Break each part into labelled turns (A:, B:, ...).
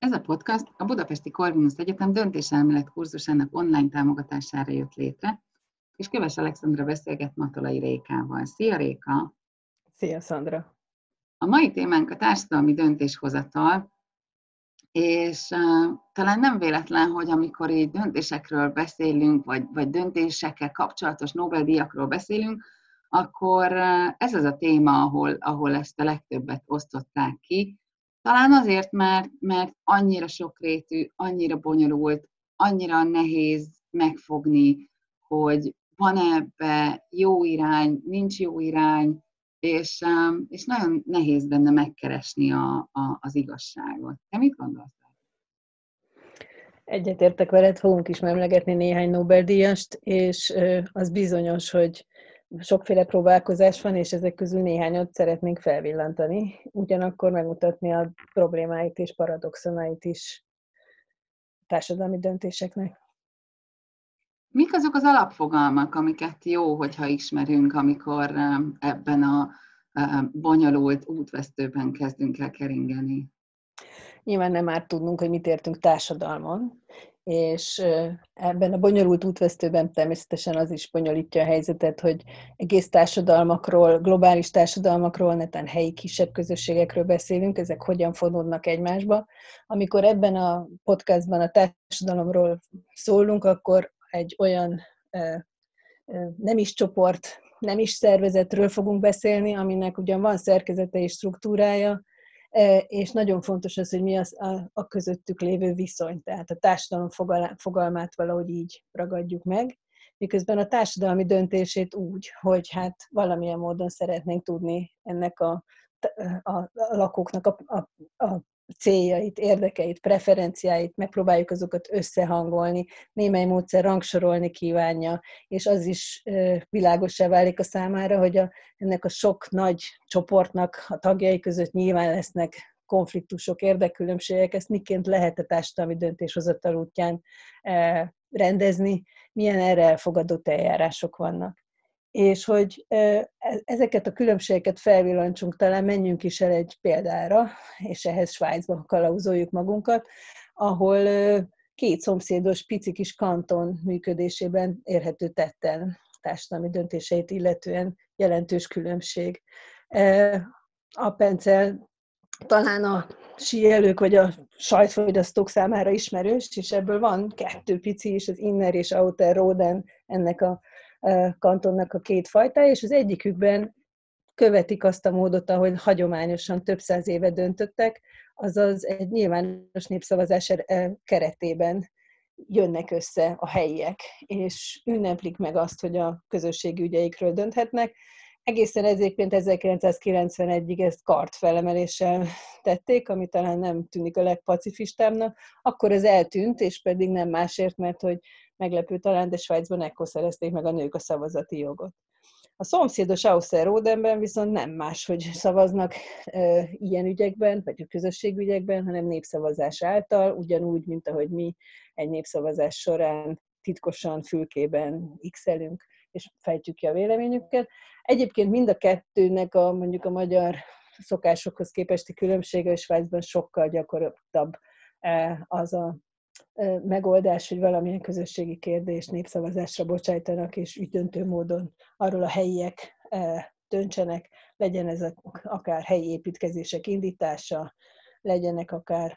A: Ez a podcast a Budapesti Corvinus Egyetem döntéselmélet kurzusának online támogatására jött létre, és Köves Alexandra beszélget Matolai Rékával. Szia, Réka!
B: Szia, Szandra!
A: A mai témánk a társadalmi döntéshozatal, és talán nem véletlen, hogy amikor így döntésekről beszélünk, vagy döntésekkel kapcsolatos Nobel-díjakról beszélünk, akkor ez az a téma, ahol ezt a legtöbbet osztották ki. Talán azért, mert annyira sokrétű, annyira bonyolult, annyira nehéz megfogni, hogy van ebbe jó irány, nincs jó irány, és nagyon nehéz benne megkeresni az igazságot. Te mit gondolsz?
B: Egyetértek veled, fogunk is emlegetni néhány Nobel-díjast, és az bizonyos, hogy sokféle próbálkozás van, és ezek közül néhányat szeretnénk felvillantani, ugyanakkor megmutatni a problémáit és paradoxonait is a társadalmi döntéseknek.
A: Mik azok az alapfogalmak, amiket jó, hogyha ismerünk, amikor ebben a bonyolult útvesztőben kezdünk el keringeni?
B: Nyilván nem árt tudnunk, hogy mit értünk társadalmon, és ebben a bonyolult útvesztőben természetesen az is bonyolítja a helyzetet, hogy egész társadalmakról, globális társadalmakról, netán helyi kisebb közösségekről beszélünk, ezek hogyan fonódnak egymásba. Amikor ebben a podcastban a társadalomról szólunk, akkor egy olyan nem is csoport, nem is szervezetről fogunk beszélni, aminek ugyan van szerkezete és struktúrája, és nagyon fontos az, hogy mi az a közöttük lévő viszony, tehát a társadalom fogalmát valahogy így ragadjuk meg, miközben a társadalmi döntését úgy, hogy hát valamilyen módon szeretnénk tudni ennek a lakóknak a céljait, érdekeit, preferenciáit, megpróbáljuk azokat összehangolni, némely módszer rangsorolni kívánja, és az is világossá válik a számára, hogy ennek a sok nagy csoportnak a tagjai között nyilván lesznek konfliktusok, érdekkülönbségek, ezt miként lehet a társadalmi döntéshozatal útján rendezni, milyen erre elfogadott eljárások vannak. És hogy ezeket a különbségeket felvillantsunk, talán menjünk is el egy példára, és ehhez Svájcban kalauzoljuk magunkat, ahol két szomszédos pici kis kanton működésében érhető tetten társadalmi döntéseit illetően jelentős különbség. Appenzell talán a síelők vagy a sajtfogyasztók számára ismerős, és ebből van kettő pici is, az Inner és Outer Roden, ennek a kantonnak a két fajtája, és az egyikükben követik azt a módot, ahogy hagyományosan több száz éve döntöttek, azaz egy nyilvános népszavazás keretében jönnek össze a helyiek, és ünneplik meg azt, hogy a közösségi ügyeikről dönthetnek. Egészen egyébként 1991-ig ezt kartfelemeléssel tették, ami talán nem tűnik a legpacifistábbnak. Akkor ez eltűnt, és pedig nem másért, mert hogy meglepő talán, de Svájcban ekkor szerezték meg a nők a szavazati jogot. A szomszédos Ausserrhodenben viszont nem más, hogy szavaznak ilyen ügyekben, vagy a közösségügyekben, hanem népszavazás által, ugyanúgy, mint ahogy mi egy népszavazás során titkosan, fülkében x-elünk, és fejtjük ki a véleményünket. Egyébként mind a kettőnek mondjuk a magyar szokásokhoz képesti különbsége, és Svájcban sokkal gyakoribb az a megoldás, hogy valamilyen közösségi kérdést népszavazásra bocsájtanak, és ügydöntő módon arról a helyiek döntsenek, legyen ez akár helyi építkezések indítása, legyenek akár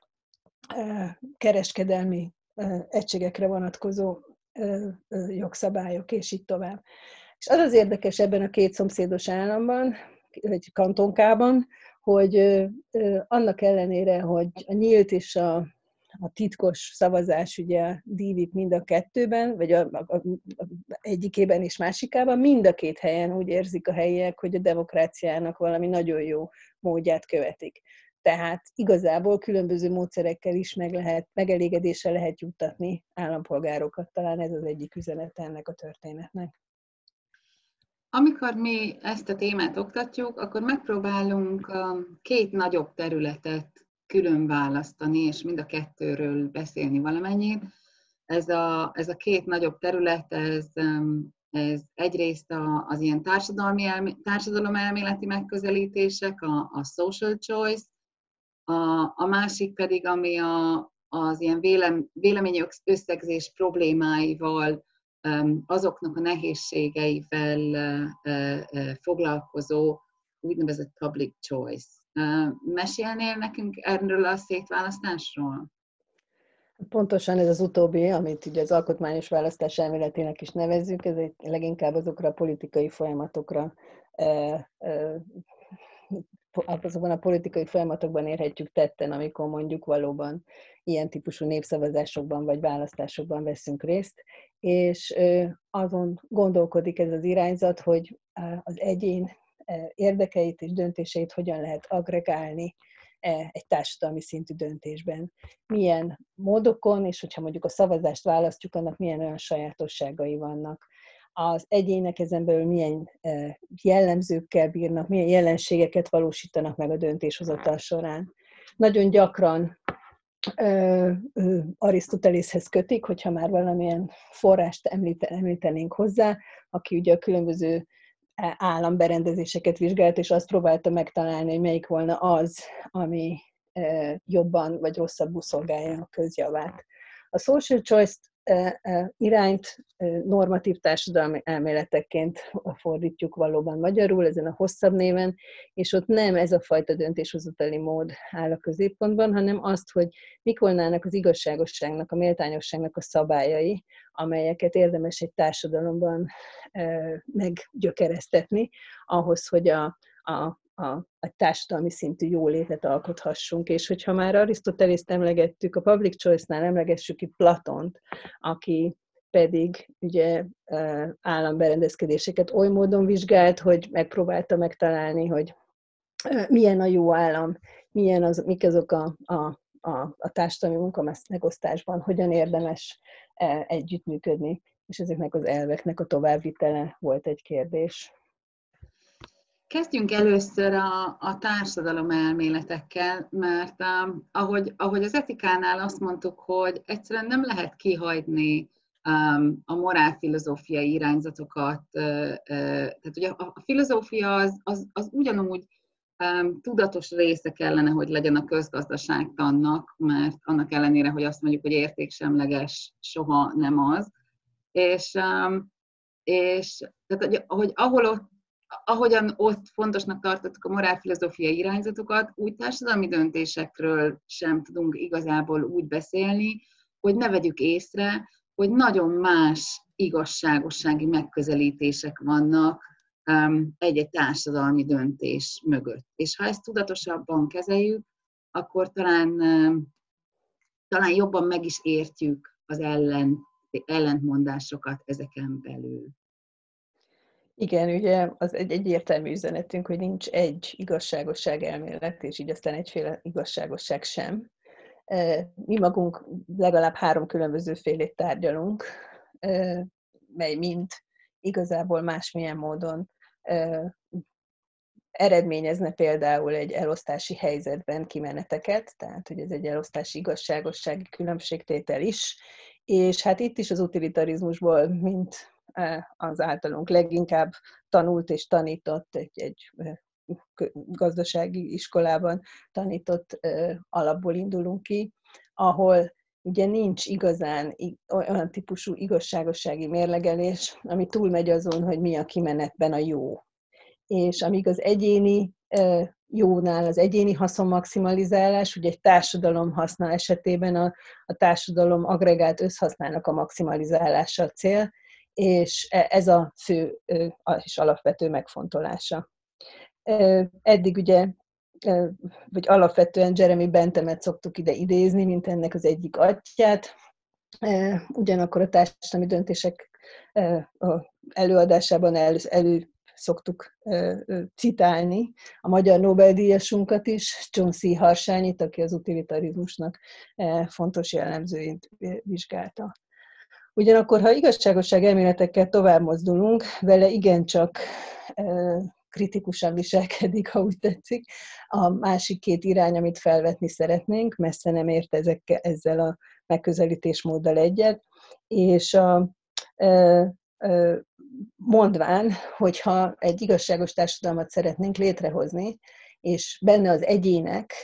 B: kereskedelmi egységekre vonatkozó jogszabályok, és így tovább. És az az érdekes ebben a két szomszédos államban, vagy kantonkában, hogy annak ellenére, hogy a nyílt és a titkos szavazás ugye dívik mind a kettőben, vagy egyikében és másikában, mind a két helyen úgy érzik a helyiek, hogy a demokráciának valami nagyon jó módját követik. Tehát igazából különböző módszerekkel is megelégedésre lehet juttatni állampolgárokat. Talán ez az egyik üzenete ennek a történetnek.
A: Amikor mi ezt a témát oktatjuk, akkor megpróbálunk két nagyobb területet külön választani, és mind a kettőről beszélni valamennyit. Ez a két nagyobb terület, ez egyrészt az ilyen társadalomelméleti megközelítések, a social choice, A másik pedig, ami az ilyen vélemények összegzés problémáival, azoknak a nehézségeivel foglalkozó úgynevezett public choice. Mesélnél nekünk erről a szétválasztásról?
B: Pontosan ez az utóbbi, amit ugye az alkotmányos választás elméletének is nevezzük, ez leginkább azokra a politikai folyamatokra, azokban a politikai folyamatokban érhetjük tetten, amikor mondjuk valóban ilyen típusú népszavazásokban vagy választásokban veszünk részt, és azon gondolkodik ez az irányzat, hogy az egyén érdekeit és döntéseit hogyan lehet aggregálni egy társadalmi szintű döntésben. Milyen módokon, és hogyha mondjuk a szavazást választjuk, annak milyen olyan sajátosságai vannak. Az egyének ezen belül milyen jellemzőkkel bírnak, milyen jelenségeket valósítanak meg a döntéshozatal során. Nagyon gyakran Arisztotelészhez kötik, hogyha már valamilyen forrást említenénk hozzá, aki ugye a különböző államberendezéseket vizsgált, és azt próbálta megtalálni, hogy melyik volna az, ami jobban vagy rosszabbul szolgálja a közjavát. A social choice irányt normatív társadalmi elméletekként fordítjuk valóban magyarul, ezen a hosszabb néven, és ott nem ez a fajta döntéshozatali mód áll a középpontban, hanem azt, hogy mik volnának az igazságosságnak, a méltányosságnak a szabályai, amelyeket érdemes egy társadalomban meggyökeresztetni, ahhoz, hogy a társadalmi szintű jólétet alkothassunk. És hogyha már Arisztotelészt emlegettük, a public choice-nál emlegessük ki Platont, aki pedig ugye államberendezkedéseket oly módon vizsgált, hogy megpróbálta megtalálni, hogy milyen a jó állam, mik azok a társadalmi munkamegosztásban, hogyan érdemes együttműködni, és ezeknek az elveknek a továbbvitele volt egy kérdés.
A: Kezdjünk először a társadalom elméletekkel, mert ahogy az etikánál azt mondtuk, hogy egyszerűen nem lehet kihagyni a morálfilozófiai irányzatokat. Tehát ugye a filozófia az ugyanúgy tudatos része kellene, hogy legyen a közgazdaságtannak, mert annak ellenére, hogy azt mondjuk, hogy értéksemleges, soha nem az. És tehát, hogy ahogyan ott fontosnak tartottuk a morálfilozófiai irányzatokat, úgy társadalmi döntésekről sem tudunk igazából úgy beszélni, hogy ne vegyük észre, hogy nagyon más igazságossági megközelítések vannak egy-egy társadalmi döntés mögött. És ha ezt tudatosabban kezeljük, akkor talán jobban meg is értjük az ellentmondásokat ezeken belül.
B: Igen, ugye az egy egyértelmű üzenetünk, hogy nincs egy igazságosság elmélet, és így aztán egyféle igazságosság sem. Mi magunk legalább 3 különböző félét tárgyalunk, mely mind igazából másmilyen módon eredményezne például egy elosztási helyzetben kimeneteket, tehát hogy ez egy elosztási igazságossági különbségtétel is, és hát itt is az utilitarizmusból, mint az általunk leginkább tanult és tanított egy gazdasági iskolában tanított alapból indulunk ki, ahol ugye nincs igazán olyan típusú igazságossági mérlegelés, ami túlmegy azon, hogy mi a kimenetben a jó. És amíg az egyéni jónál az egyéni haszonmaximalizálás, ugye egy társadalom haszna esetében a társadalom agregált összhasznának a maximalizálása a cél, és ez a fő és alapvető megfontolása. Eddig ugye, vagy alapvetően Jeremy Benthamet szoktuk ide idézni, mint ennek az egyik atyját, ugyanakkor a társadalmi döntések előadásában elő szoktuk citálni a magyar Nobel-díjasunkat is, John C. Harsányit, aki az utilitarizmusnak fontos jellemzőit vizsgálta. Ugyanakkor, ha igazságosság elméletekkel tovább mozdulunk, vele igencsak kritikusan viselkedik, ha úgy tetszik. A másik 2 irány, amit felvetni szeretnénk, messze nem ért ezzel a megközelítésmóddal egyet, és mondván, hogyha egy igazságos társadalmat szeretnénk létrehozni, és benne az egyének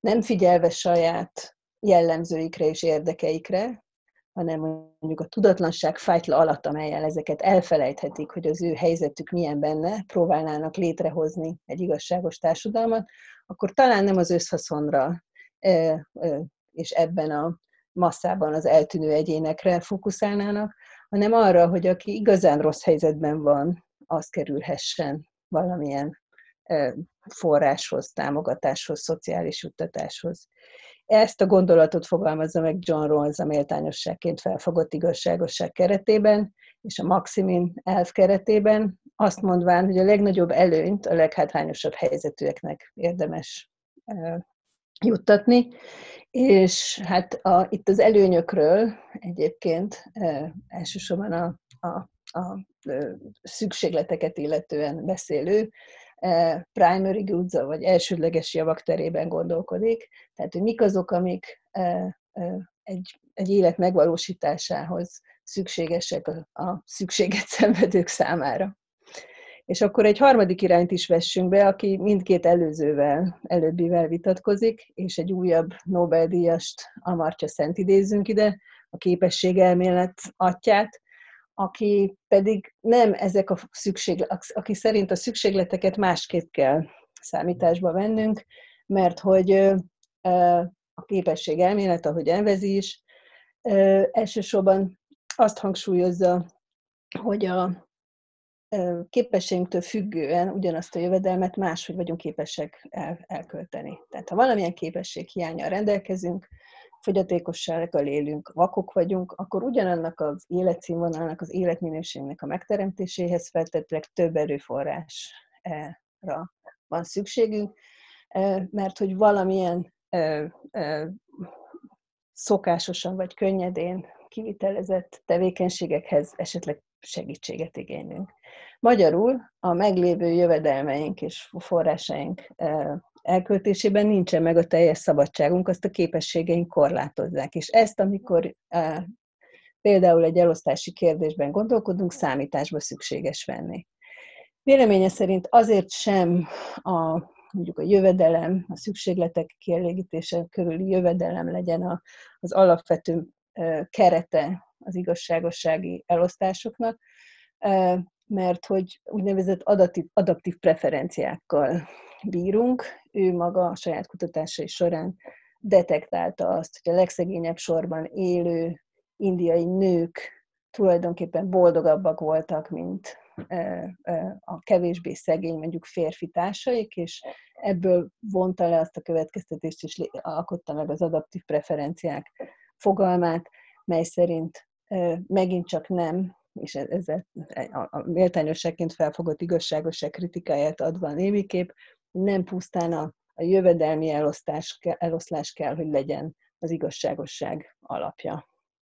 B: nem figyelve saját jellemzőikre és érdekeikre, hanem mondjuk a tudatlanság fájtla alatt, amellyel ezeket elfelejthetik, hogy az ő helyzetük milyen benne, próbálnának létrehozni egy igazságos társadalmat, akkor talán nem az összhaszonra és ebben a masszában az eltűnő egyénekre fókuszálnának, hanem arra, hogy aki igazán rossz helyzetben van, az kerülhessen valamilyen forráshoz, támogatáshoz, szociális juttatáshoz. Ezt a gondolatot fogalmazza meg John Rawls a méltányosságként felfogott igazságosság keretében, és a Maximin elv keretében, azt mondván, hogy a legnagyobb előnyt a leghátrányosabb helyzetűeknek érdemes juttatni, és hát itt az előnyökről egyébként elsősorban a szükségleteket illetően beszélő primary goods, vagy elsődleges javak terében gondolkodik. Tehát, hogy mik azok, amik egy élet megvalósításához szükségesek a szükséget szenvedők számára. És akkor egy harmadik irányt is vessünk be, aki mindkét előbbivel vitatkozik, és egy újabb Nobel-díjast, Amartya Szent idézzünk ide, a képességelmélet atyját, aki pedig nem ezek aki szerint a szükségleteket másképp kell számításba vennünk, mert hogy a képességelmélet, ahogy elvezi is, elsősorban azt hangsúlyozza, hogy a képességünktől függően ugyanazt a jövedelmet máshogy vagyunk képesek elkölteni. Tehát ha valamilyen képesség hiánnyal rendelkezünk, fogyatékossággal élünk, vakok vagyunk, akkor ugyanannak az életszínvonalnak, az életminőségnek a megteremtéséhez feltétlenül több erőforrásra van szükségünk, mert hogy valamilyen szokásosan vagy könnyedén kivitelezett tevékenységekhez esetleg segítséget igénylünk. Magyarul a meglévő jövedelmeink és forrásaink elköltésében nincsen meg a teljes szabadságunk, azt a képességeink korlátozzák. És ezt, amikor például egy elosztási kérdésben gondolkodunk, számításba szükséges venni. Véleménye szerint azért sem mondjuk a jövedelem, a szükségletek kielégítése körüli jövedelem legyen az alapvető kerete az igazságossági elosztásoknak, mert hogy úgynevezett adaptív preferenciákkal bírunk. Ő maga a saját kutatásai során detektálta azt, hogy a legszegényebb sorban élő indiai nők tulajdonképpen boldogabbak voltak, mint a kevésbé szegény, mondjuk férfi társaik, és ebből vonta le azt a következtetést, és alkotta meg az adaptív preferenciák fogalmát, mely szerint megint csak nem, és ezzel a méltányosságként felfogott igazságosság kritikáját adva a némiképp, nem pusztán a jövedelmi eloszlás kell, hogy legyen az igazságosság alapja.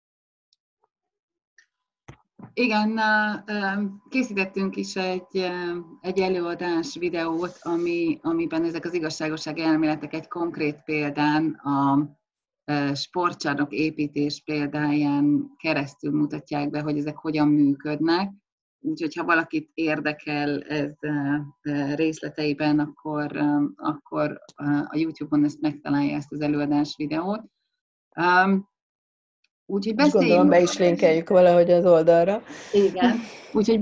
A: Igen, készítettünk is egy előadás videót, amiben ezek az igazságosság elméletek egy konkrét példán, a sportcsarnok építés példáján keresztül mutatják be, hogy ezek hogyan működnek. Úgyhogy ha valakit érdekel ez részleteiben, akkor a YouTube-on ezt megtalálja, ezt az előadás videót. Úgyhogy beszéljünk...
B: Gondolom, be is linkeljük valahogy az oldalra.
A: Igen. Úgyhogy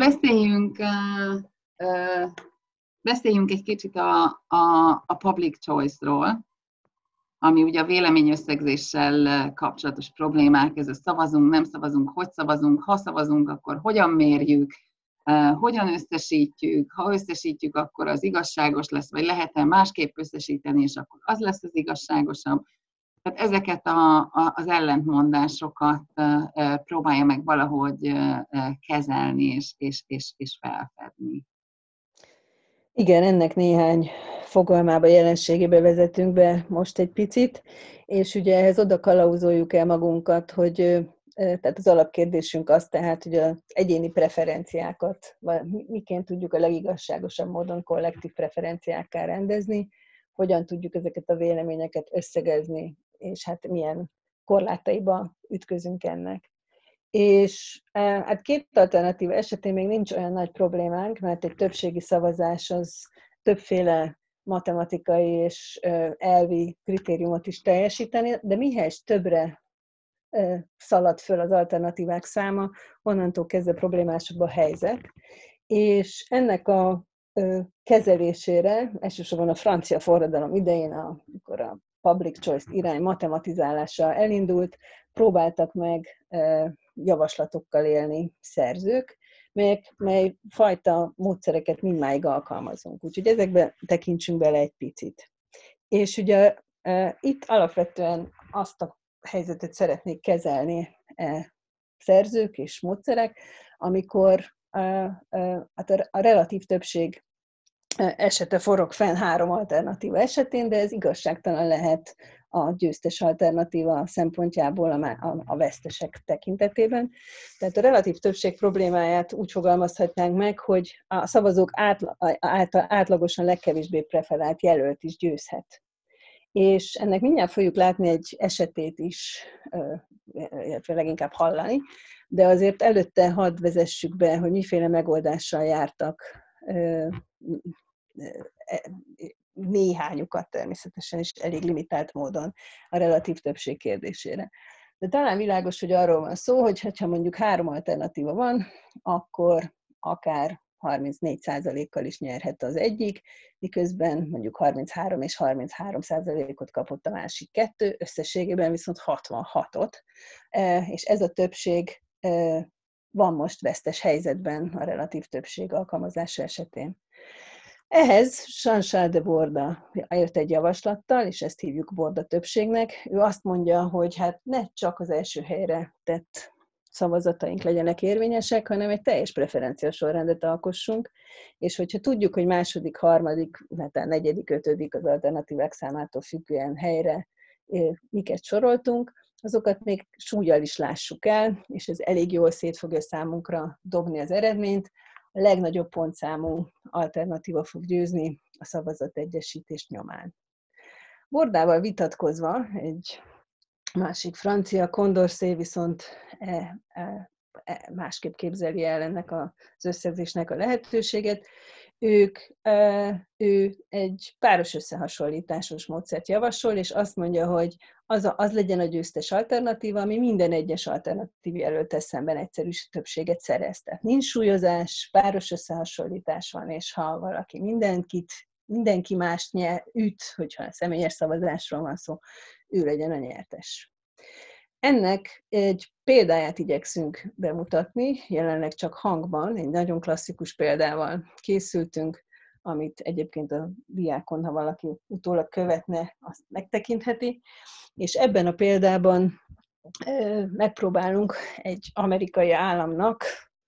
A: beszéljünk egy kicsit a public choice-ról, ami ugye a véleményösszegzéssel kapcsolatos problémák, ez a szavazunk, nem szavazunk, hogy szavazunk, ha szavazunk, akkor hogyan mérjük, hogyan összesítjük, ha összesítjük, akkor az igazságos lesz, vagy lehet-e másképp összesíteni, és akkor az lesz az igazságosabb. Tehát ezeket az ellentmondásokat próbálja meg valahogy kezelni és felfedni.
B: Igen, ennek néhány fogalmába, jelenségébe vezetünk be most egy picit, és ugye ehhez oda kalauzoljuk el magunkat, hogy tehát az alapkérdésünk az tehát, hogy az egyéni preferenciákat, miként tudjuk a legigazságosabb módon kollektív preferenciákká rendezni, hogyan tudjuk ezeket a véleményeket összegezni, és hát milyen korlátaiba ütközünk ennek. És hát két alternatíva esetén még nincs olyan nagy problémánk, mert egy többségi szavazás az többféle matematikai és elvi kritériumot is teljesíteni, de mihez többre szalad föl az alternatívák száma, onnantól kezdve problémásabb a helyzet. És ennek a kezelésére, elsősorban a francia forradalom idején, amikor a public choice irány matematizálása elindult, próbáltak meg javaslatokkal élni szerzők, mely fajta módszereket mindmáig alkalmazunk. Úgyhogy ezekbe tekintsünk bele egy picit. És ugye itt alapvetően azt a helyzetet szeretnék kezelni szerzők és módszerek, amikor a relatív többség esete forog fenn 3 alternatíva esetén, de ez igazságtalan lehet a győztes alternatíva szempontjából a vesztesek tekintetében. Tehát a relatív többség problémáját úgy fogalmazhatnánk meg, hogy a szavazók átlagosan legkevésbé preferált jelölt is győzhet. És ennek mindjárt fogjuk látni egy esetét is, illetve leginkább hallani, de azért előtte hadd vezessük be, hogy miféle megoldással jártak néhányukat természetesen is elég limitált módon a relatív többség kérdésére. De talán világos, hogy arról van szó, hogy ha mondjuk 3 alternatíva van, akkor akár 34%-kal is nyerhet az egyik, miközben mondjuk 33 és 33%-ot kapott a másik 2, összességében viszont 66-ot, és ez a többség van most vesztes helyzetben a relatív többség alkalmazása esetén. Ehhez Jean-Charles de Borda jött egy javaslattal, és ezt hívjuk Borda többségnek. Ő azt mondja, hogy hát ne csak az első helyre tett szavazataink legyenek érvényesek, hanem egy teljes preferencia sorrendet alkossunk, és hogyha tudjuk, hogy második, harmadik, hát negyedik, ötödik az alternatívák számától függően helyre miket soroltunk, azokat még súllyal is lássuk el, és ez elég jól szét fogja számunkra dobni az eredményt. A legnagyobb pontszámú alternatíva fog győzni a szavazategyesítés nyomán. Bordával vitatkozva egy másik francia, Condorcet viszont másképp képzeli el ennek az összegzésnek a lehetőséget. Ő egy páros összehasonlításos módszert javasol, és azt mondja, hogy az legyen a győztes alternatíva, ami minden egyes alternatív jelölttel szemben egyszerű többséget szerez. Tehát nincs súlyozás, páros összehasonlítás van, és ha valaki mindenki mást üt, hogyha személyes szavazásról van szó, ő legyen a nyertes. Ennek egy példáját igyekszünk bemutatni, jelenleg csak hangban, egy nagyon klasszikus példával készültünk, amit egyébként a diákon, ha valaki utólag követne, azt megtekintheti. És ebben a példában megpróbálunk egy amerikai államnak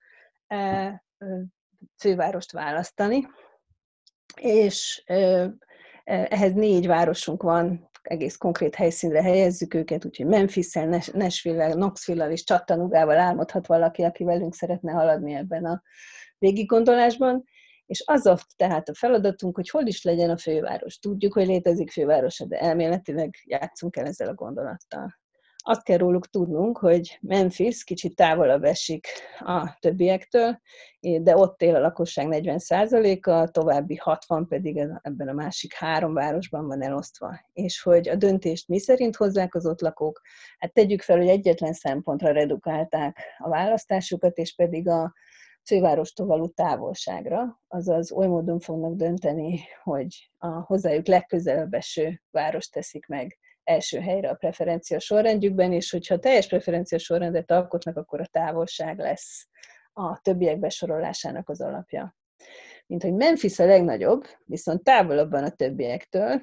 B: fővárost választani, és ehhez 4 városunk van, egész konkrét helyszínre helyezzük őket, úgyhogy Memphis-szel, Nashville-el, Knoxville-el és Chattanooga-val álmodhat valaki, aki velünk szeretne haladni ebben a végiggondolásban. És az tehát a feladatunk, hogy hol is legyen a főváros. Tudjuk, hogy létezik főváros, de elméletileg játszunk el ezzel a gondolattal. Azt kell róluk tudnunk, hogy Memphis kicsit távolabb esik a többiektől, de ott él a lakosság 40%-a, a további 60 pedig ebben a másik 3 városban van elosztva. És hogy a döntést mi szerint hozzák az ott lakók, hát tegyük fel, hogy egyetlen szempontra redukálták a választásukat, és pedig a fővárostól való távolságra, azaz oly módon fognak dönteni, hogy a hozzájuk legközelebb eső várost teszik meg első helyre a preferencia sorrendjükben, és hogyha teljes preferencia sorrendet alkotnak, akkor a távolság lesz a többiek besorolásának az alapja. Mint hogy Memphis a legnagyobb, viszont távolabban a többiektől,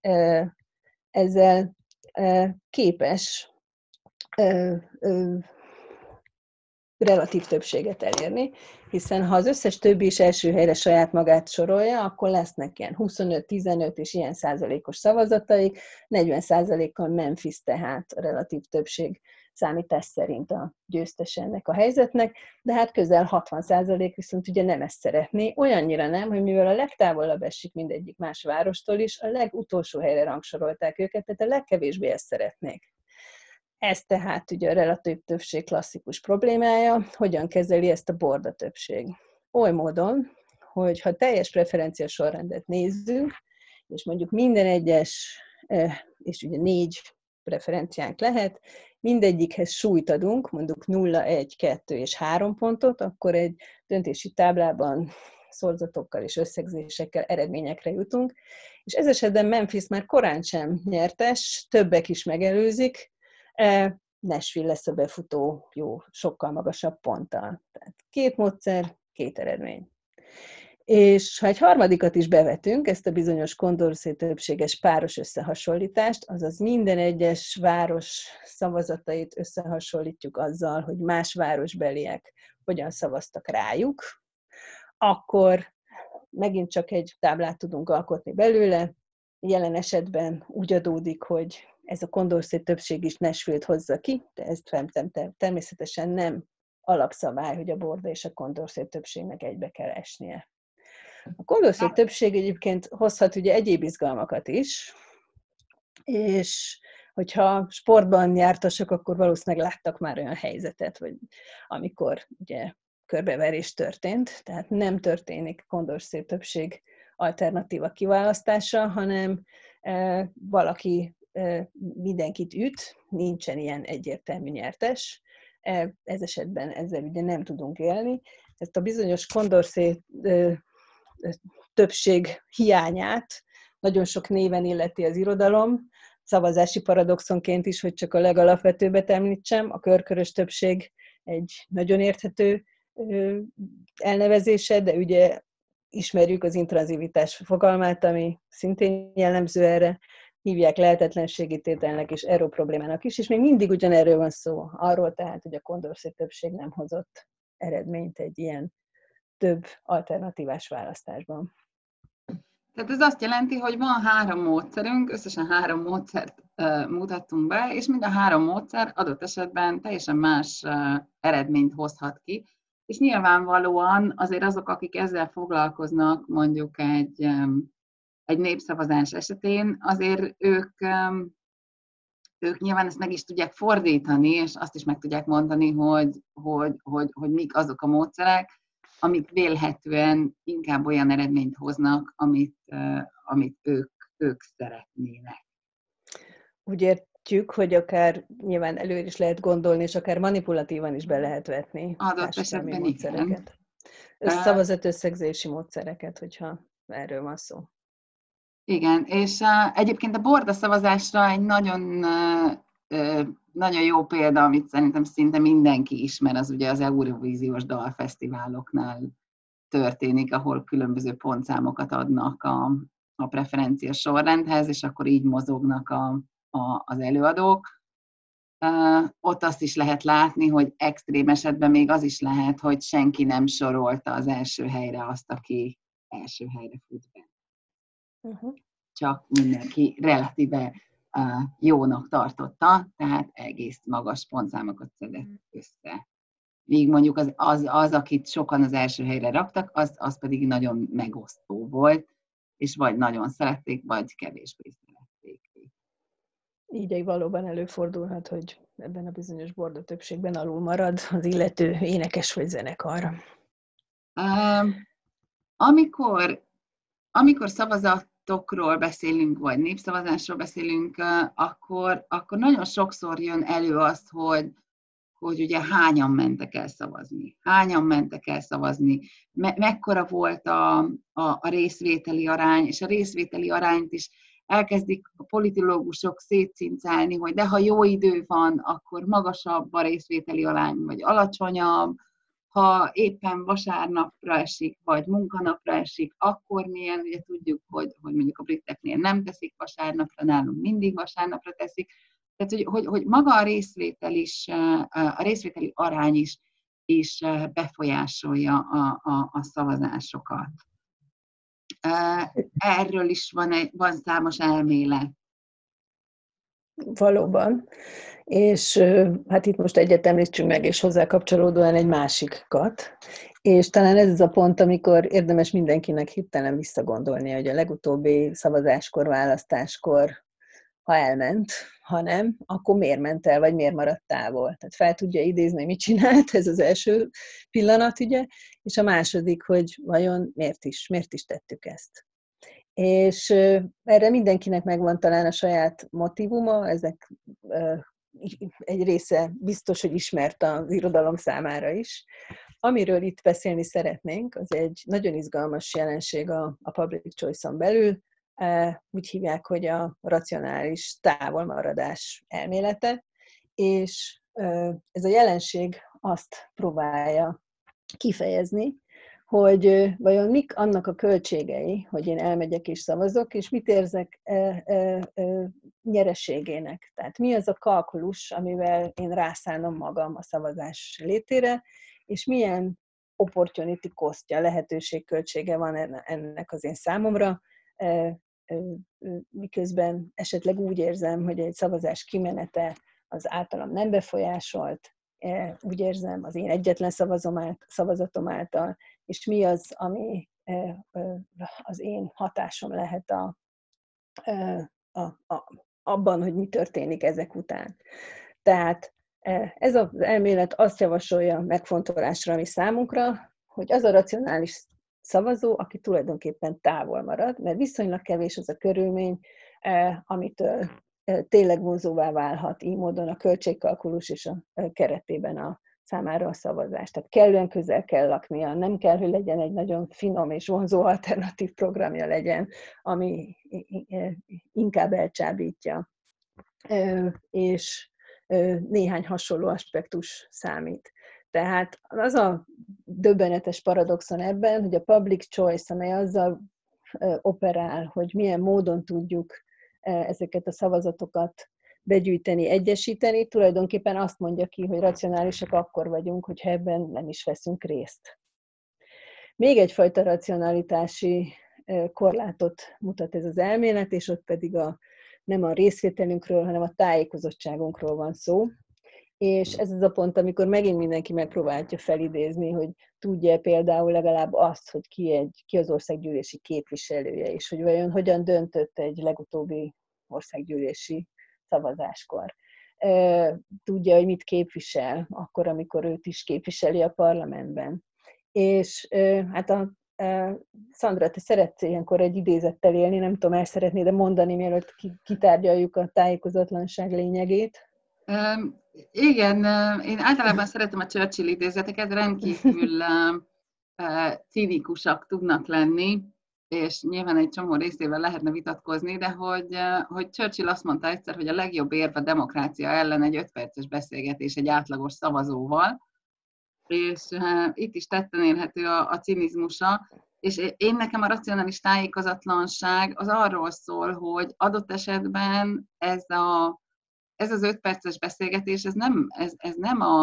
B: ezzel képes relatív többséget elérni, hiszen ha az összes többi is első helyre saját magát sorolja, akkor lesznek ilyen 25, 15 és ilyen százalékos szavazataik, 40%-kal Memphis tehát a relatív többség számítás szerint a győztes ennek a helyzetnek, de hát közel 60% viszont ugye nem ezt szeretné, olyannyira nem, hogy mivel a legtávolabb esik mindegyik más várostól is, a legutolsó helyre rangsorolták őket, tehát a legkevésbé ezt szeretnék. Ez tehát ugye a relatív többség klasszikus problémája, hogyan kezeli ezt a Borda többség. Oly módon, hogy ha teljes preferencia sorrendet nézzünk, és mondjuk minden egyes, és ugye 4 preferenciánk lehet, mindegyikhez súlyt adunk, mondjuk 0, 1, 2 és 3 pontot, akkor egy döntési táblában szorzatokkal és összegzésekkel eredményekre jutunk, és ez esetben Memphis már korán sem nyertes, többek is megelőzik, Nashville lesz a befutó jó, sokkal magasabb ponttal. Tehát 2 módszer, 2 eredmény. És ha egy harmadikat is bevetünk, ezt a bizonyos Condorcet többséges páros összehasonlítást, azaz minden egyes város szavazatait összehasonlítjuk azzal, hogy más városbeliek hogyan szavaztak rájuk, akkor megint csak egy táblát tudunk alkotni belőle. Jelen esetben úgy adódik, hogy ez a Condorcet többség is Nashville-t hozza ki, de ezt természetesen nem alapszabály, hogy a Borda és a Condorcet többségnek egybe kell esnie. A Condorcet többség egyébként hozhat ugye egyéb izgalmakat is, és hogyha sportban jártasok, akkor valószínűleg láttak már olyan helyzetet, hogy amikor ugye körbeverés történt, tehát nem történik Condorcet többség alternatíva kiválasztása, hanem valaki mindenkit üt, nincsen ilyen egyértelmű nyertes. Ez esetben ezzel ugye nem tudunk élni. Ezt a bizonyos Condorcet többség hiányát nagyon sok néven illeti az irodalom, szavazási paradoxonként is, hogy csak a legalapvetőbbet említsem, a körkörös többség egy nagyon érthető elnevezése, de ugye ismerjük az intranzivitás fogalmát, ami szintén jellemző erre, hívják lehetetlenségi tételnek és error problémának is, és még mindig ugyanerről van szó, arról tehát, hogy a Condorcet többség nem hozott eredményt egy ilyen több alternatívás választásban.
A: Tehát ez azt jelenti, hogy van 3 módszerünk, összesen 3 módszert mutattunk be, és mind a 3 módszer adott esetben teljesen más eredményt hozhat ki, és nyilvánvalóan azért azok, akik ezzel foglalkoznak, mondjuk egy népszavazás esetén, azért ők nyilván ezt meg is tudják fordítani, és azt is meg tudják mondani, hogy mik azok a módszerek, amik vélhetően inkább olyan eredményt hoznak, amit ők szeretnének.
B: Úgy értjük, hogy akár nyilván előre is lehet gondolni, és akár manipulatívan is be lehet vetni
A: adott esetben módszereket.
B: Szavazatösszegzési módszereket, hogyha erről van szó.
A: Igen, és egyébként a Borda szavazásra egy nagyon jó példa, amit szerintem szinte mindenki ismer, az ugye az Eurovíziós dalfesztiváloknál történik, ahol különböző pontszámokat adnak a preferencia sorrendhez, és akkor így mozognak az előadók. Ott azt is lehet látni, hogy extrém esetben még az is lehet, hogy senki nem sorolta az első helyre azt, aki első helyre fut be. Csak mindenki relatíve jónak tartotta, tehát egész magas pontszámokat szedett össze. Míg mondjuk az, akit sokan az első helyre raktak, az pedig nagyon megosztó volt, és vagy nagyon szerették, vagy kevésbé szerették.
B: Így valóban előfordulhat, hogy ebben a bizonyos Borda többségben alul marad az illető énekes vagy zenekar.
A: Amikor szavazatokról beszélünk, vagy népszavazásról beszélünk, akkor nagyon sokszor jön elő az, hogy ugye hányan mentek el szavazni, mekkora volt a részvételi arány, és a részvételi arányt is elkezdik a politológusok szétcincálni, hogy de ha jó idő van, akkor magasabb a részvételi arány, vagy alacsonyabb, ha éppen vasárnapra esik, vagy munkanapra esik, akkor milyen, ugye tudjuk, hogy mondjuk a briteknél nem teszik vasárnapra, nálunk mindig vasárnapra teszik, tehát hogy maga a részvétel is, a részvételi arány is befolyásolja a szavazásokat. Erről is van számos elmélet.
B: Valóban. És hát itt most egyet említsünk meg, és hozzá kapcsolódóan egy másikat. És talán ez az a pont, amikor érdemes mindenkinek hirtelen visszagondolni, hogy a legutóbbi szavazáskor, választáskor, ha elment, ha nem, akkor miért ment el, vagy miért maradt távol. Tehát fel tudja idézni, mit csinált, ez az első pillanat, ugye, és a második, hogy vajon miért is tettük ezt. És erre mindenkinek megvan talán a saját motívuma, ezek egy része biztos, hogy ismert az irodalom számára is. Amiről itt beszélni szeretnénk, az egy nagyon izgalmas jelenség a public choice-on belül, úgy hívják, hogy a racionális távolmaradás elmélete, és ez a jelenség azt próbálja kifejezni, hogy vajon mik annak a költségei, hogy én elmegyek és szavazok, és mit érzek nyereségének. Tehát mi az a kalkulus, amivel én rászánom magam a szavazás létére, és milyen opportunity costja, lehetőségköltsége van ennek az én számomra, miközben esetleg úgy érzem, hogy egy szavazás kimenete az általam nem befolyásolt, úgy érzem az én egyetlen szavazatom által, és mi az, ami az én hatásom lehet abban, hogy mi történik ezek után. Tehát ez az elmélet azt javasolja megfontolásra mi számunkra, hogy az a racionális szavazó, aki tulajdonképpen távol marad, mert viszonylag kevés az a körülmény, amitől tényleg vonzóvá válhat így módon a költségkalkulus és a keretében a számára a szavazás. Tehát kellően közel kell laknia, nem kell, hogy legyen egy nagyon finom és vonzó alternatív programja legyen, ami inkább elcsábítja. És néhány hasonló aspektus számít. Tehát az a döbbenetes paradoxon ebben, hogy a public choice, amely azzal operál, hogy milyen módon tudjuk ezeket a szavazatokat begyűjteni, egyesíteni, tulajdonképpen azt mondja ki, hogy racionálisak akkor vagyunk, hogyha ebben nem is veszünk részt. Még egyfajta racionalitási korlátot mutat ez az elmélet, és ott pedig nem a részvételünkről, hanem a tájékozottságunkról van szó. És ez az a pont, amikor megint mindenki megpróbálja felidézni, hogy tudja például legalább azt, hogy ki az országgyűlési képviselője, és hogy vajon hogyan döntött egy legutóbbi országgyűlési szavazáskor. Tudja, hogy mit képvisel, akkor, amikor őt is képviseli a parlamentben. És hát Szandra, te szeretsz ilyenkor egy idézettel élni, nem tudom, el szeretnéd mondani, mielőtt kitárgyaljuk a tájékozatlanság lényegét?
A: Igen, én általában szeretem a Churchill idézeteket, rendkívül cinikusak tudnak lenni, és nyilván egy csomó részével lehetne vitatkozni, de hogy Churchill azt mondta egyszer, hogy a legjobb érv a demokrácia ellen egy 5 perces beszélgetés egy átlagos szavazóval, és itt is tetten érhető a cinizmusa, és én nekem a racionális tájékozatlanság az arról szól, hogy adott esetben ez az 5 perces beszélgetés, ez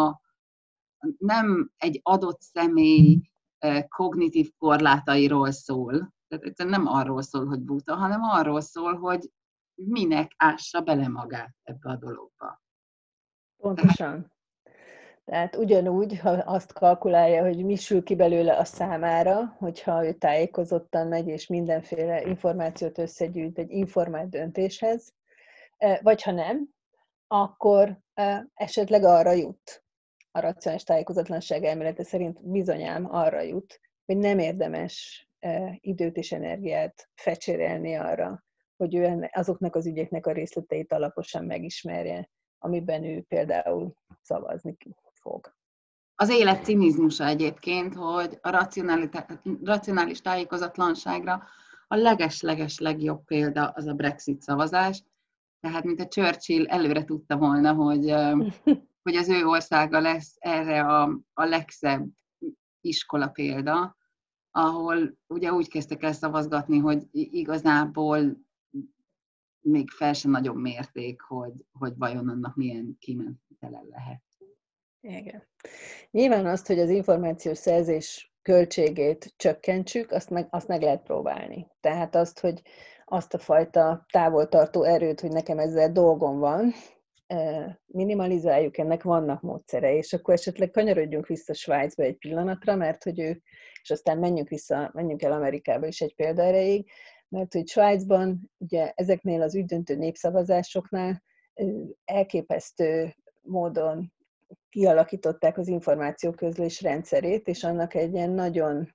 A: nem egy adott személy kognitív korlátairól szól. Tehát egyszerűen nem arról szól, hogy buta, hanem arról szól, hogy minek ássa bele magát ebbe a dologba.
B: Pontosan. Tehát ugyanúgy, ha azt kalkulálja, hogy mi sül ki belőle a számára, hogyha ő tájékozottan megy, és mindenféle információt összegyűjt egy informált döntéshez, vagy ha nem, akkor esetleg arra jut. A racionális tájékozatlanság elmélete szerint bizonyám arra jut, hogy nem érdemes időt és energiát fecsérelni arra, hogy ő azoknak az ügyeknek a részleteit alaposan megismerje, amiben ő például szavazni fog.
A: Az élet cinizmusa egyébként, hogy a racionális tájékozatlanságra a leges-leges legjobb példa az a Brexit szavazás. Tehát, mint a Churchill előre tudta volna, hogy az ő országa lesz erre a legszebb iskola példa, ahol ugye úgy kezdtek el szavazgatni, hogy igazából még fel sem nagyon mérték, hogy vajon annak milyen kimenetele lehet.
B: Igen. Nyilván azt, hogy az információs szerzés költségét csökkentsük, azt meg lehet próbálni. Tehát hogy azt a fajta távoltartó erőt, hogy nekem ezzel dolgom van, minimalizáljuk, ennek vannak módszerei, és akkor esetleg kanyarodjunk vissza Svájcba egy pillanatra, mert hogy és aztán menjünk el Amerikába is egy példa erejéig, mert hogy Svájcban ugye ezeknél az ügydöntő népszavazásoknál elképesztő módon kialakították az információközlés rendszerét, és annak egy ilyen nagyon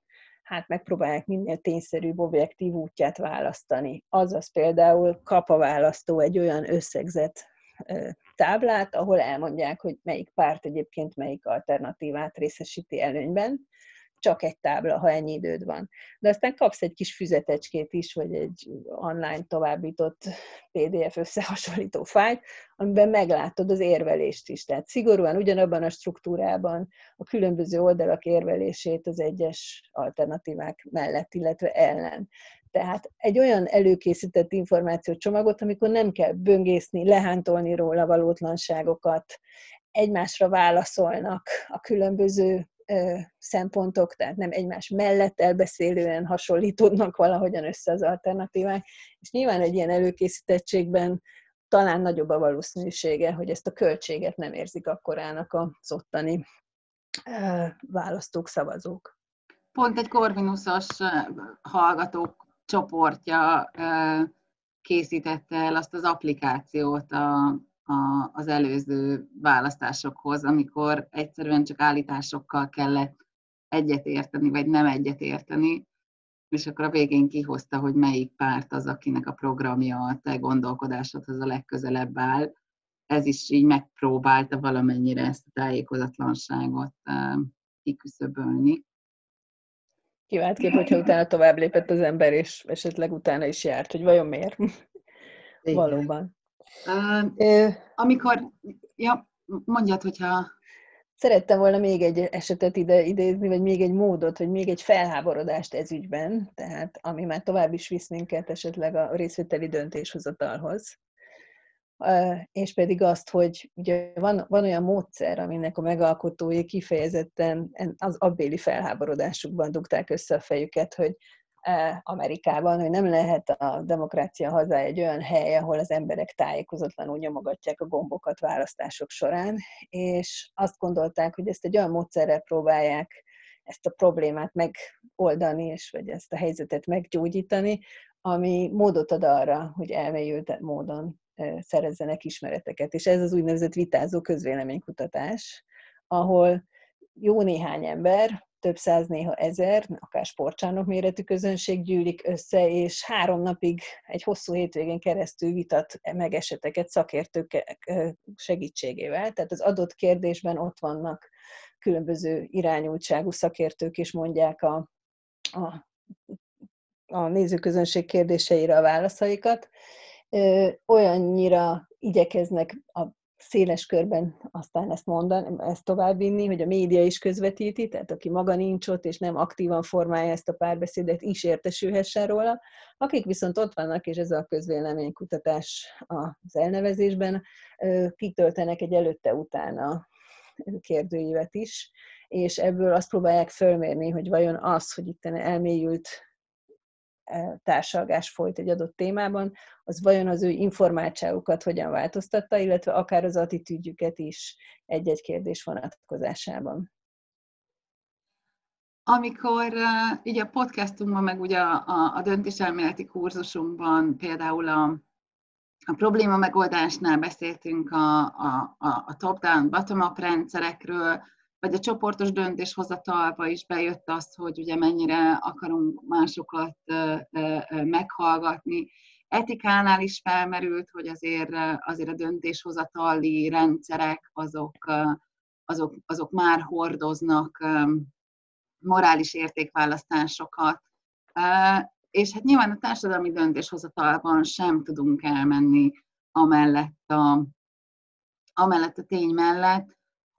B: hát megpróbálják minél tényszerűbb, objektív útját választani. Azaz például kap a választó egy olyan összegzett táblát, ahol elmondják, hogy melyik párt egyébként melyik alternatívát részesíti előnyben. Csak egy tábla, ha ennyi időd van. De aztán kapsz egy kis füzetecskét is, vagy egy online továbbított PDF összehasonlító fájlt, amiben meglátod az érvelést is. Tehát szigorúan ugyanabban a struktúrában a különböző oldalak érvelését az egyes alternatívák mellett, illetve ellen. Tehát egy olyan előkészített információcsomagot, amikor nem kell böngészni, lehántolni róla valótlanságokat, egymásra válaszolnak a különböző szempontok, tehát nem egymás mellett elbeszélően hasonlítódnak valahogyan össze az alternatívák, és nyilván egy ilyen előkészítettségben talán nagyobb a valószínűsége, hogy ezt a költséget nem érzik akkorának az ottani választók, szavazók.
A: Pont egy Corvinusos hallgatók csoportja készítette el azt az applikációt az előző választásokhoz, amikor egyszerűen csak állításokkal kellett egyetérteni, vagy nem egyetérteni, és akkor a végén kihozta, hogy melyik párt az, akinek a programja a te gondolkodásodhoz a legközelebb áll. Ez is így megpróbálta valamennyire ezt a tájékozatlanságot kiküszöbölni.
B: Kivált kép, hogyha utána tovább lépett az ember, és esetleg utána is járt, hogy vajon miért. Igen. Valóban.
A: Amikor, ja, mondjad, hogyha...
B: Szerettem volna még egy esetet idézni, vagy még egy módot, vagy még egy felháborodást ez ügyben, tehát ami már tovább is visz minket esetleg a részvételi döntéshozatalhoz. És pedig azt, hogy ugye van olyan módszer, aminek a megalkotói kifejezetten az abbéli felháborodásukban dugták össze a fejüket, hogy Amerikában, hogy nem lehet a demokrácia hazája egy olyan hely, ahol az emberek tájékozatlanul nyomogatják a gombokat választások során, és azt gondolták, hogy ezt egy olyan módszerrel próbálják ezt a problémát megoldani, vagy ezt a helyzetet meggyógyítani, ami módot ad arra, hogy elmélyült módon szerezzenek ismereteket. És ez az úgynevezett vitázó közvéleménykutatás, ahol jó néhány ember, több száz, néha ezer, akár sportcsarnok méretű közönség gyűlik össze, és 3 napig egy hosszú hétvégén keresztül vitat meg eseteket szakértők segítségével. Tehát az adott kérdésben ott vannak különböző irányultságú szakértők, és mondják a nézőközönség kérdéseire a válaszaikat. Olyannyira igyekeznek a széles körben aztán ezt mondani, ezt továbbvinni, hogy a média is közvetíti, tehát aki maga nincs ott, és nem aktívan formálja ezt a párbeszédet, is értesülhessen róla. Akik viszont ott vannak, és ez a közvéleménykutatás az elnevezésben, kitöltenek egy előtte-utána kérdőívet is, és ebből azt próbálják fölmérni, hogy vajon az, hogy itt elmélyült társalgás folyt egy adott témában, az vajon az ő informáltságukat hogyan változtatta, illetve akár az attitűdjüket is egy-egy kérdés vonatkozásában.
A: Amikor ugye a podcastunkban, meg ugye a döntéselméleti kurzusunkban például a probléma megoldásnál beszéltünk a top-down, bottom-up rendszerekről, vagy a csoportos döntéshozatalba is bejött az, hogy ugye mennyire akarunk másokat meghallgatni. Etikánál is felmerült, hogy azért a döntéshozatali rendszerek azok már hordoznak morális értékválasztásokat. És hát nyilván a társadalmi döntéshozatalban sem tudunk elmenni amellett a tény mellett,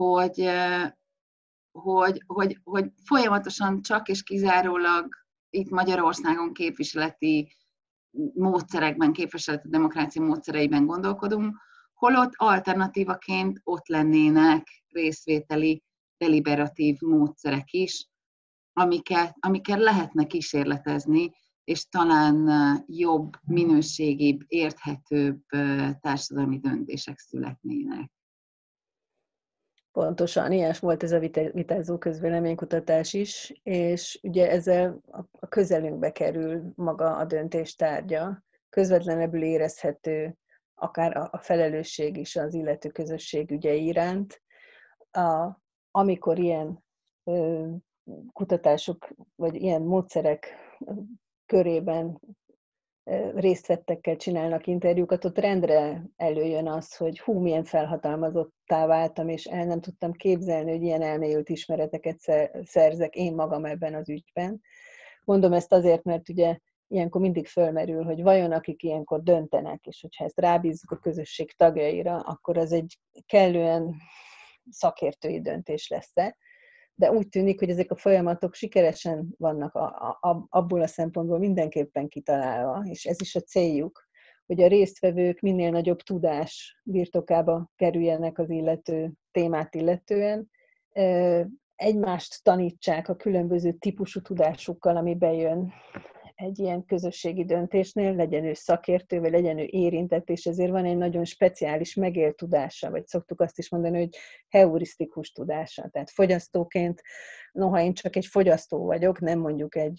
A: hogy folyamatosan csak és kizárólag itt Magyarországon képviseleti módszerekben, képviseleti demokrácia módszereiben gondolkodunk, holott alternatívaként ott lennének részvételi, deliberatív módszerek is, amiket lehetne kísérletezni, és talán jobb, minőségibb, érthetőbb társadalmi döntések születnének.
B: Pontosan, ilyen volt ez a vitázó közvéleménykutatás is, és ugye ezzel a közelünkbe kerül maga a döntés tárgya, közvetlenebbül érezhető akár a felelősség is az illető közösség ügyei iránt. Amikor ilyen kutatások, vagy ilyen módszerek körében részt vettekkel csinálnak interjúkat, ott rendre előjön az, hogy hú, milyen felhatalmazottá váltam, és el nem tudtam képzelni, hogy ilyen elmélyült ismereteket szerzek én magam ebben az ügyben. Mondom ezt azért, mert ugye ilyenkor mindig fölmerül, hogy vajon akik ilyenkor döntenek, és hogyha ezt rábízzuk a közösség tagjaira, akkor az egy kellően szakértői döntés lesz-e. De úgy tűnik, hogy ezek a folyamatok sikeresen vannak abból a szempontból mindenképpen kitalálva, és ez is a céljuk, hogy a résztvevők minél nagyobb tudás birtokába kerüljenek az illető témát illetően, egymást tanítsák a különböző típusú tudásukkal, ami bejön egy ilyen közösségi döntésnél, legyen ő szakértő, vagy legyen ő érintett, és ezért van egy nagyon speciális megélt tudása, vagy szoktuk azt is mondani, hogy heurisztikus tudása. Tehát fogyasztóként, noha én csak egy fogyasztó vagyok, nem mondjuk egy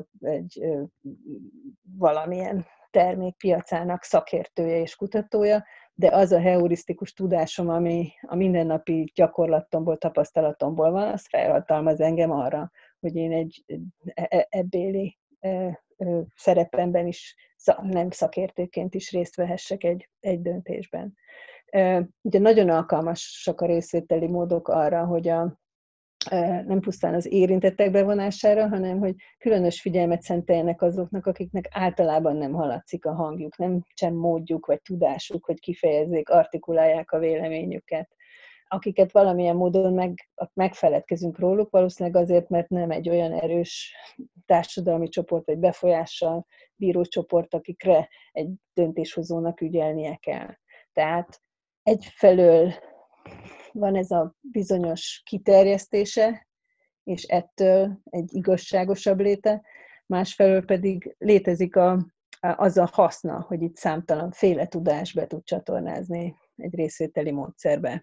B: valamilyen termék piacának szakértője és kutatója, de az a heurisztikus tudásom, ami a mindennapi gyakorlatomból, tapasztalatomból van, az felhatalmaz engem arra, hogy én egy ebbéli szerepemben is, nem szakértőként is részt vehessek egy döntésben. Ugye nagyon alkalmasak a részvételi módok arra, hogy nem pusztán az érintettek bevonására, hanem hogy különös figyelmet szenteljenek azoknak, akiknek általában nem hallatszik a hangjuk, nem sem módjuk vagy tudásuk, hogy kifejezzék, artikulálják a véleményüket. Akiket valamilyen módon megfeledkezünk róluk, valószínűleg azért, mert nem egy olyan erős társadalmi csoport vagy befolyással bíró csoport, akikre egy döntéshozónak ügyelnie kell. Tehát egyfelől van ez a bizonyos kiterjesztése, és ettől egy igazságosabb léte, másfelől pedig létezik az a haszna, hogy itt számtalan féle tudás be tud csatornázni egy részvételi módszerbe.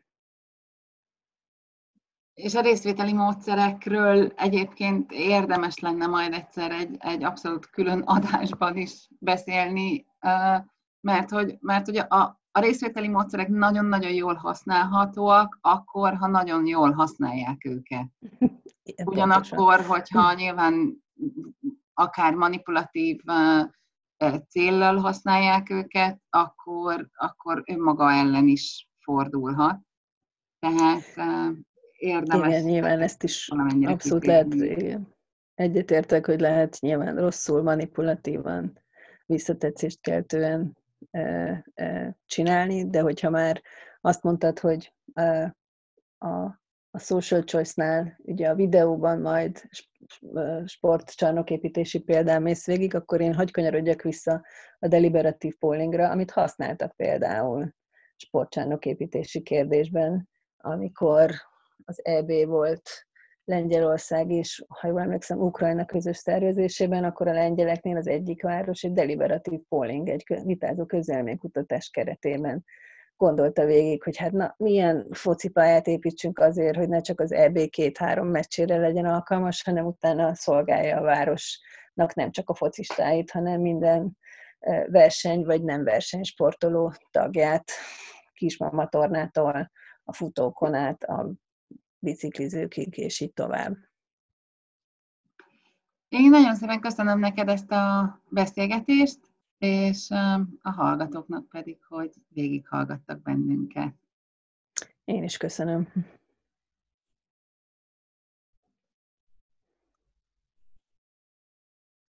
A: És a részvételi módszerekről egyébként érdemes lenne majd egyszer egy abszolút külön adásban is beszélni, mert hogy a részvételi módszerek nagyon-nagyon jól használhatóak, akkor, ha nagyon jól használják őket. Ugyanakkor, hogyha nyilván akár manipulatív céllal használják őket, akkor önmaga ellen is fordulhat. Tehát érdemes.
B: Igen, nyilván ezt is abszolút lehet, egyetértek, hogy lehet nyilván rosszul, manipulatívan, visszatetszést keltően csinálni, de hogyha már azt mondtad, hogy a Social Choice-nál, ugye a videóban majd sportcsarnoképítési példán mész végig, akkor én hadd kanyarodjak vissza a deliberatív pollingra, amit használtak például sportcsarnoképítési kérdésben, amikor az EB volt Lengyelország és, ha jól emlékszem, Ukrajna közös szervezésében, akkor a lengyeleknél az egyik város egy deliberatív polling, egy vitázó közvéleménykutatás keretében gondolta végig, hogy hát na, milyen focipályát építsünk azért, hogy ne csak az EB 2-3 meccsére legyen alkalmas, hanem utána szolgálja a városnak nem csak a focistáit, hanem minden verseny vagy nem versenysportoló tagját, kismamatornától a futókon át a biciklizőkig, és így tovább.
A: Én nagyon szépen köszönöm neked ezt a beszélgetést, és a hallgatóknak pedig, hogy végighallgattak bennünket.
B: Én is köszönöm.